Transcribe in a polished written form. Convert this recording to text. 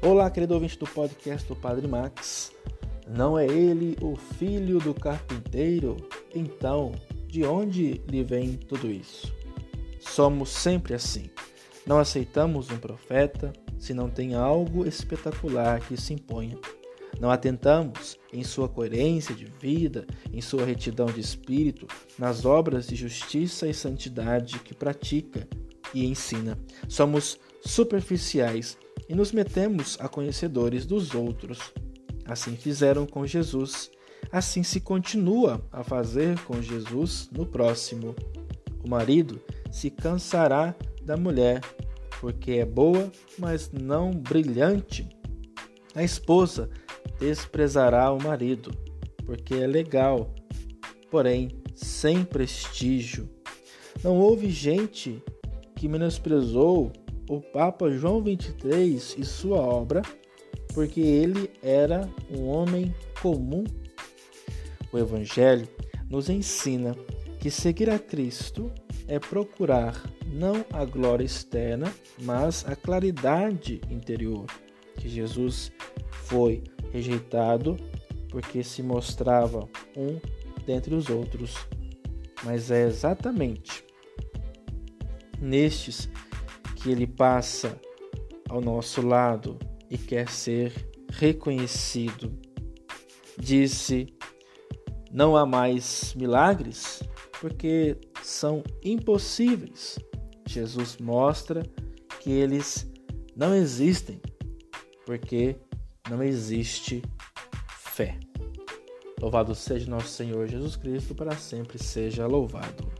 Olá, querido ouvinte do podcast do Padre Max. Não é ele o filho do carpinteiro? Então, de onde lhe vem tudo isso? Somos sempre assim. Não aceitamos um profeta se não tem algo espetacular que se imponha. Não atentamos em sua coerência de vida, em sua retidão de espírito, nas obras de justiça e santidade que pratica e ensina. Somos superficiais e nos metemos a conhecedores dos outros. Assim fizeram com Jesus, assim se continua a fazer com Jesus no próximo. O marido se cansará da mulher, porque é boa, mas não brilhante. A esposa desprezará o marido, porque é legal, porém sem prestígio. Não houve gente que menosprezou o Papa João XXIII e sua obra, porque ele era um homem comum. O Evangelho nos ensina que seguir a Cristo é procurar não a glória externa, mas a claridade interior. Que Jesus foi rejeitado porque se mostrava um dentre os outros, mas é exatamente nestes que ele passa ao nosso lado e quer ser reconhecido. Disse: não há mais milagres porque são impossíveis. Jesus mostra que eles não existem porque não existe fé. Louvado seja nosso Senhor Jesus Cristo, para sempre seja louvado.